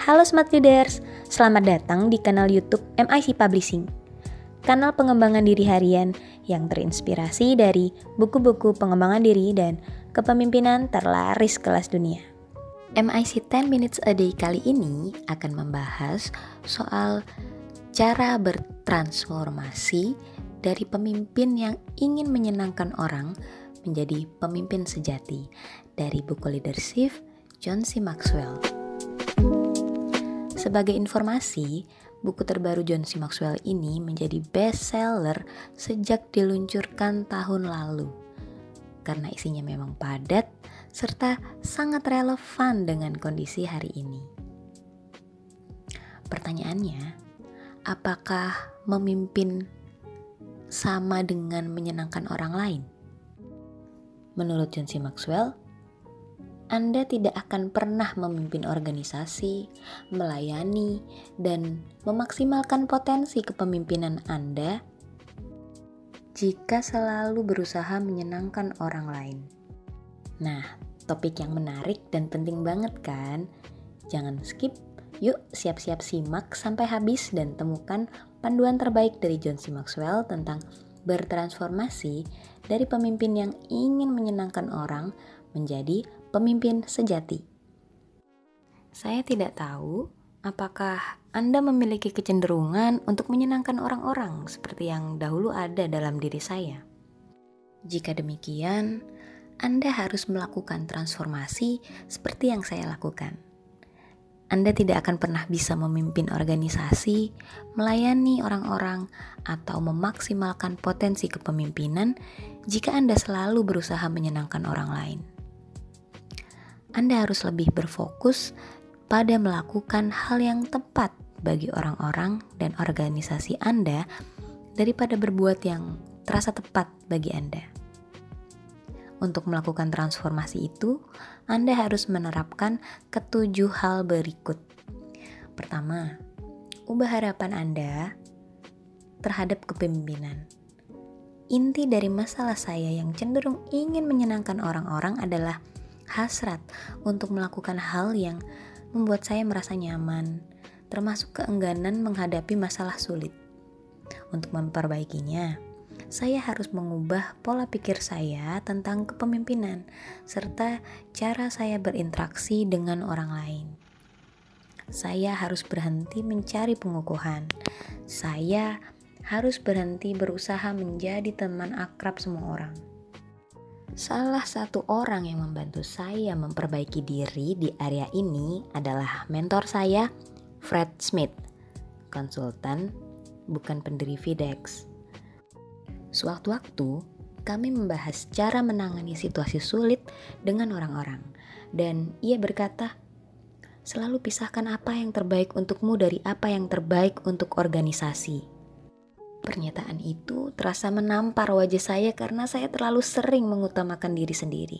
Halo Smart Leaders, selamat datang di kanal YouTube MIC Publishing, kanal pengembangan diri harian yang terinspirasi dari buku-buku pengembangan diri dan kepemimpinan terlaris kelas dunia. MIC 10 Minutes a Day kali ini akan membahas soal cara bertransformasi dari pemimpin yang ingin menyenangkan orang menjadi pemimpin sejati, dari buku leadership John C. Maxwell. Sebagai informasi, buku terbaru John C. Maxwell ini menjadi bestseller sejak diluncurkan tahun lalu karena isinya memang padat serta sangat relevan dengan kondisi hari ini. Pertanyaannya, apakah memimpin sama dengan menyenangkan orang lain? Menurut John C. Maxwell, Anda tidak akan pernah memimpin organisasi, melayani, dan memaksimalkan potensi kepemimpinan Anda jika selalu berusaha menyenangkan orang lain. Nah, topik yang menarik dan penting banget kan? Jangan skip, yuk siap-siap simak sampai habis dan temukan panduan terbaik dari John C. Maxwell tentang bertransformasi dari pemimpin yang ingin menyenangkan orang menjadi pemimpin sejati. Saya tidak tahu apakah Anda memiliki kecenderungan untuk menyenangkan orang-orang seperti yang dahulu ada dalam diri saya. Jika demikian, Anda harus melakukan transformasi seperti yang saya lakukan. Anda tidak akan pernah bisa memimpin organisasi, melayani orang-orang, atau memaksimalkan potensi kepemimpinan jika Anda selalu berusaha menyenangkan orang lain. Anda harus lebih berfokus pada melakukan hal yang tepat bagi orang-orang dan organisasi Anda daripada berbuat yang terasa tepat bagi Anda. Untuk melakukan transformasi itu, Anda harus menerapkan ketujuh hal berikut. Pertama, ubah harapan Anda terhadap kepemimpinan. Inti dari masalah saya yang cenderung ingin menyenangkan orang-orang adalah hasrat untuk melakukan hal yang membuat saya merasa nyaman, termasuk keengganan menghadapi masalah sulit. Untuk memperbaikinya, saya harus mengubah pola pikir saya tentang kepemimpinan serta cara saya berinteraksi dengan orang lain. Saya harus berhenti mencari pengukuhan. Saya harus berhenti berusaha menjadi teman akrab semua orang. Salah satu orang yang membantu saya memperbaiki diri di area ini adalah mentor saya, Fred Smith, konsultan, bukan pendiri Videx. Sewaktu-waktu, kami membahas cara menangani situasi sulit dengan orang-orang, dan ia berkata, "Selalu pisahkan apa yang terbaik untukmu dari apa yang terbaik untuk organisasi." Pernyataan itu terasa menampar wajah saya karena saya terlalu sering mengutamakan diri sendiri.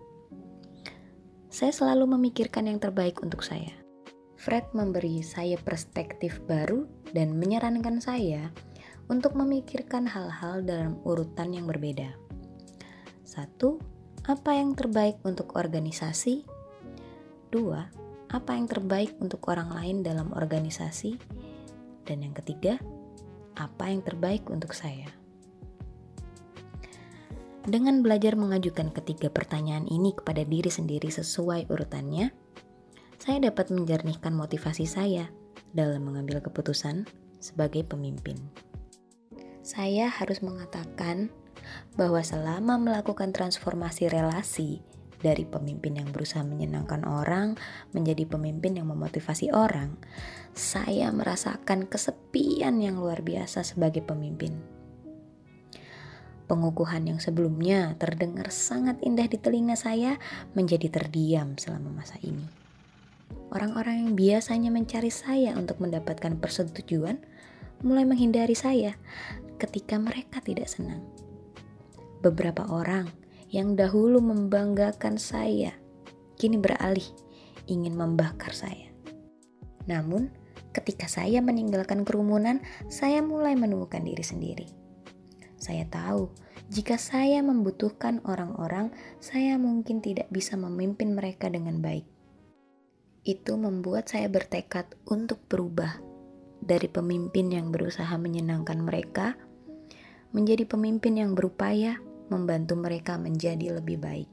Saya selalu memikirkan yang terbaik untuk saya. Fred memberi saya perspektif baru dan menyarankan saya untuk memikirkan hal-hal dalam urutan yang berbeda. 1. Apa yang terbaik untuk organisasi? 2. Apa yang terbaik untuk orang lain dalam organisasi? Dan yang ketiga, apa yang terbaik untuk saya? Dengan belajar mengajukan ketiga pertanyaan ini kepada diri sendiri sesuai urutannya, saya dapat menjernihkan motivasi saya dalam mengambil keputusan sebagai pemimpin. Saya harus mengatakan bahwa selama melakukan transformasi relasi dari pemimpin yang berusaha menyenangkan orang menjadi pemimpin yang memotivasi orang, saya merasakan kesepian yang luar biasa sebagai pemimpin. Pengukuhan yang sebelumnya terdengar sangat indah di telinga saya menjadi terdiam selama masa ini. Orang-orang yang biasanya mencari saya untuk mendapatkan persetujuan mulai menghindari saya ketika mereka tidak senang. Beberapa orang yang dahulu membanggakan saya, kini beralih ingin membakar saya. Namun, ketika saya meninggalkan kerumunan, saya mulai menemukan diri sendiri. Saya tahu, jika saya membutuhkan orang-orang, saya mungkin tidak bisa memimpin mereka dengan baik. Itu membuat saya bertekad untuk berubah dari pemimpin yang berusaha menyenangkan mereka menjadi pemimpin yang berupaya membantu mereka menjadi lebih baik.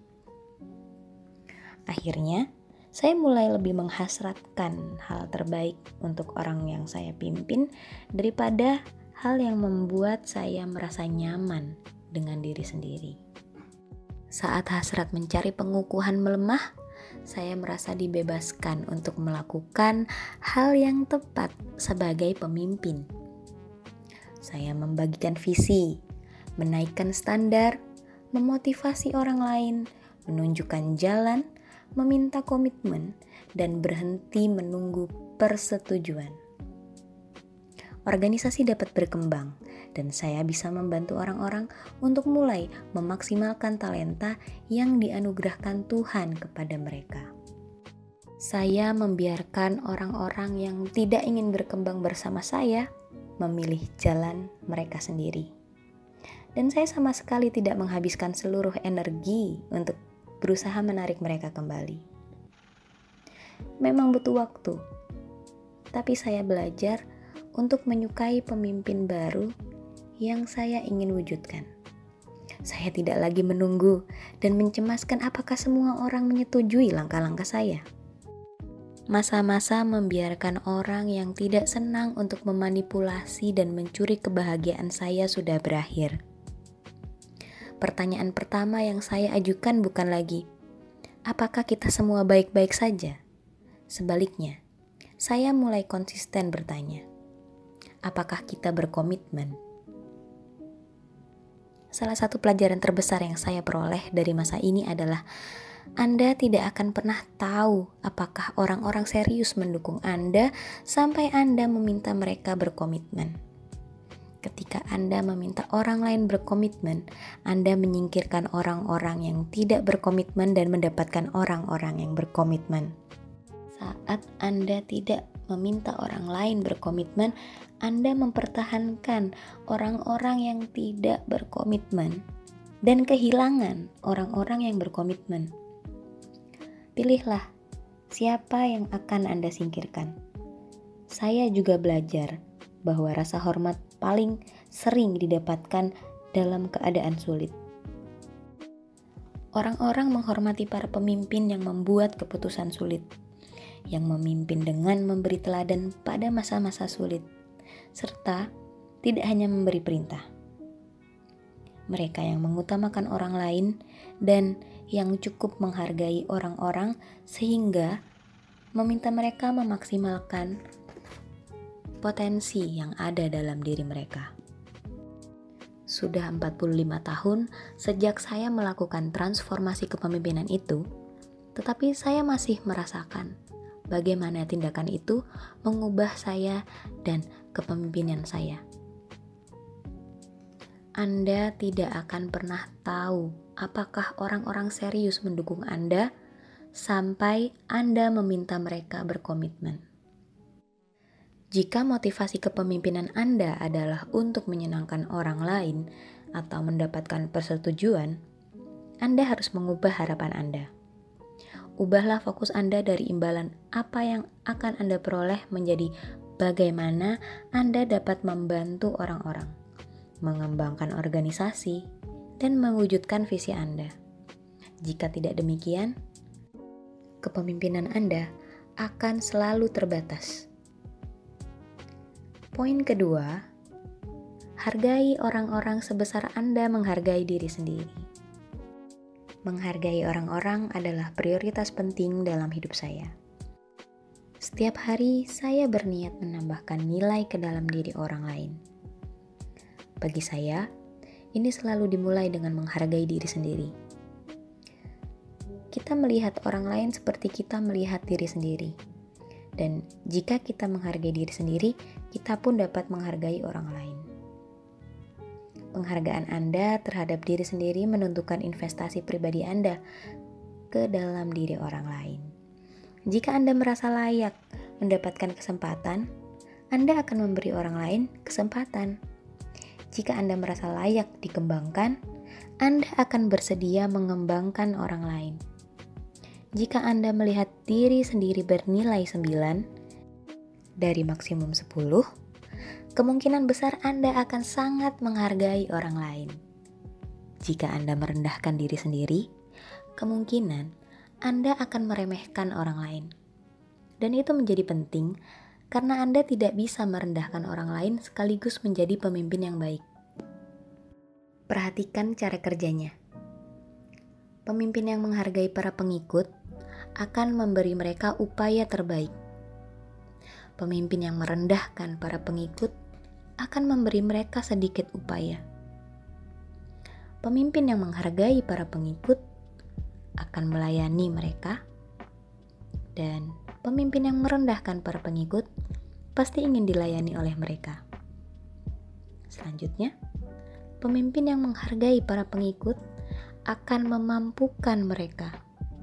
Akhirnya, saya mulai lebih menghasratkan hal terbaik untuk orang yang saya pimpin daripada hal yang membuat saya merasa nyaman dengan diri sendiri. Saat hasrat mencari pengukuhan melemah, saya merasa dibebaskan untuk melakukan hal yang tepat sebagai pemimpin. Saya membagikan visi, menaikkan standar, memotivasi orang lain, menunjukkan jalan, meminta komitmen, dan berhenti menunggu persetujuan. Organisasi dapat berkembang, dan saya bisa membantu orang-orang untuk mulai memaksimalkan talenta yang dianugerahkan Tuhan kepada mereka. Saya membiarkan orang-orang yang tidak ingin berkembang bersama saya memilih jalan mereka sendiri. Dan saya sama sekali tidak menghabiskan seluruh energi untuk berusaha menarik mereka kembali. Memang butuh waktu, tapi saya belajar untuk menyukai pemimpin baru yang saya ingin wujudkan. Saya tidak lagi menunggu dan mencemaskan apakah semua orang menyetujui langkah-langkah saya. Masa-masa membiarkan orang yang tidak senang untuk memanipulasi dan mencuri kebahagiaan saya sudah berakhir. Pertanyaan pertama yang saya ajukan bukan lagi, apakah kita semua baik-baik saja? Sebaliknya, saya mulai konsisten bertanya, apakah kita berkomitmen? Salah satu pelajaran terbesar yang saya peroleh dari masa ini adalah Anda tidak akan pernah tahu apakah orang-orang serius mendukung Anda sampai Anda meminta mereka berkomitmen. Ketika Anda meminta orang lain berkomitmen, Anda menyingkirkan orang-orang yang tidak berkomitmen dan mendapatkan orang-orang yang berkomitmen. Saat Anda tidak meminta orang lain berkomitmen, Anda mempertahankan orang-orang yang tidak berkomitmen dan kehilangan orang-orang yang berkomitmen. Pilihlah siapa yang akan Anda singkirkan. Saya juga belajar bahwa rasa hormat paling sering didapatkan dalam keadaan sulit. Orang-orang menghormati para pemimpin yang membuat keputusan sulit, yang memimpin dengan memberi teladan pada masa-masa sulit, serta tidak hanya memberi perintah. Mereka yang mengutamakan orang lain dan yang cukup menghargai orang-orang sehingga meminta mereka memaksimalkan potensi yang ada dalam diri mereka. Sudah 45 tahun sejak saya melakukan transformasi kepemimpinan itu, tetapi saya masih merasakan bagaimana tindakan itu mengubah saya dan kepemimpinan saya. Anda tidak akan pernah tahu apakah orang-orang serius mendukung Anda sampai Anda meminta mereka berkomitmen. Jika motivasi kepemimpinan Anda adalah untuk menyenangkan orang lain atau mendapatkan persetujuan, Anda harus mengubah harapan Anda. Ubahlah fokus Anda dari imbalan apa yang akan Anda peroleh menjadi bagaimana Anda dapat membantu orang-orang, mengembangkan organisasi, dan mewujudkan visi Anda. Jika tidak demikian, kepemimpinan Anda akan selalu terbatas. Poin kedua, hargai orang-orang sebesar Anda menghargai diri sendiri. Menghargai orang-orang adalah prioritas penting dalam hidup saya. Setiap hari saya berniat menambahkan nilai ke dalam diri orang lain. Bagi saya, ini selalu dimulai dengan menghargai diri sendiri. Kita melihat orang lain seperti kita melihat diri sendiri. Dan jika kita menghargai diri sendiri, kita pun dapat menghargai orang lain. Penghargaan Anda terhadap diri sendiri menentukan investasi pribadi Anda ke dalam diri orang lain. Jika Anda merasa layak mendapatkan kesempatan, Anda akan memberi orang lain kesempatan. Jika Anda merasa layak dikembangkan, Anda akan bersedia mengembangkan orang lain. Jika Anda melihat diri sendiri bernilai 9 dari maksimum 10, kemungkinan besar Anda akan sangat menghargai orang lain. Jika Anda merendahkan diri sendiri, kemungkinan Anda akan meremehkan orang lain. Dan itu menjadi penting karena Anda tidak bisa merendahkan orang lain sekaligus menjadi pemimpin yang baik. Perhatikan cara kerjanya. Pemimpin yang menghargai para pengikut akan memberi mereka upaya terbaik. Pemimpin yang merendahkan para pengikut akan memberi mereka sedikit upaya. Pemimpin yang menghargai para pengikut akan melayani mereka, dan pemimpin yang merendahkan para pengikut pasti ingin dilayani oleh mereka. Selanjutnya, pemimpin yang menghargai para pengikut akan memampukan mereka.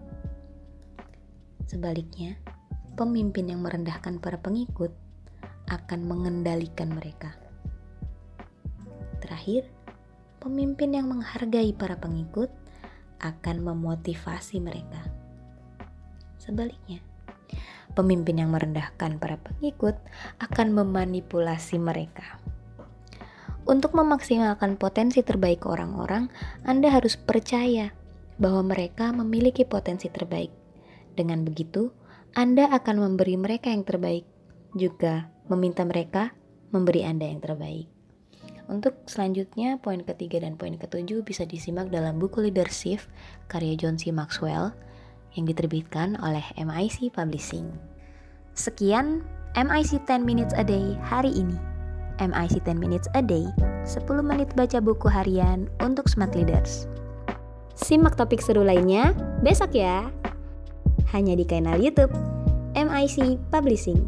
Sebaliknya, pemimpin yang merendahkan para pengikut akan mengendalikan mereka. Terakhir, pemimpin yang menghargai para pengikut akan memotivasi mereka. Sebaliknya, pemimpin yang merendahkan para pengikut akan memanipulasi mereka. Untuk memaksimalkan potensi terbaik orang-orang, Anda harus percaya bahwa mereka memiliki potensi terbaik. Dengan begitu, Anda akan memberi mereka yang terbaik, juga meminta mereka memberi Anda yang terbaik. Untuk selanjutnya, poin ketiga dan poin ketujuh bisa disimak dalam buku Leadership karya John C. Maxwell yang diterbitkan oleh MIC Publishing. Sekian MIC 10 Minutes a Day hari ini. MIC 10 Minutes a Day, 10 menit baca buku harian untuk smart leaders. Simak topik seru lainnya besok ya. Hanya di kanal YouTube MIC Publishing.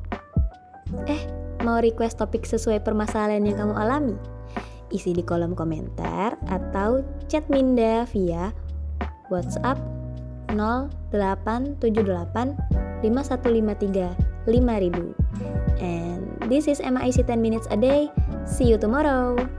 Mau request topik sesuai permasalahan yang kamu alami? Isi di kolom komentar atau chat Minda via WhatsApp 0878 5153 5000. And this is MIC 10 Minutes a Day. See you tomorrow.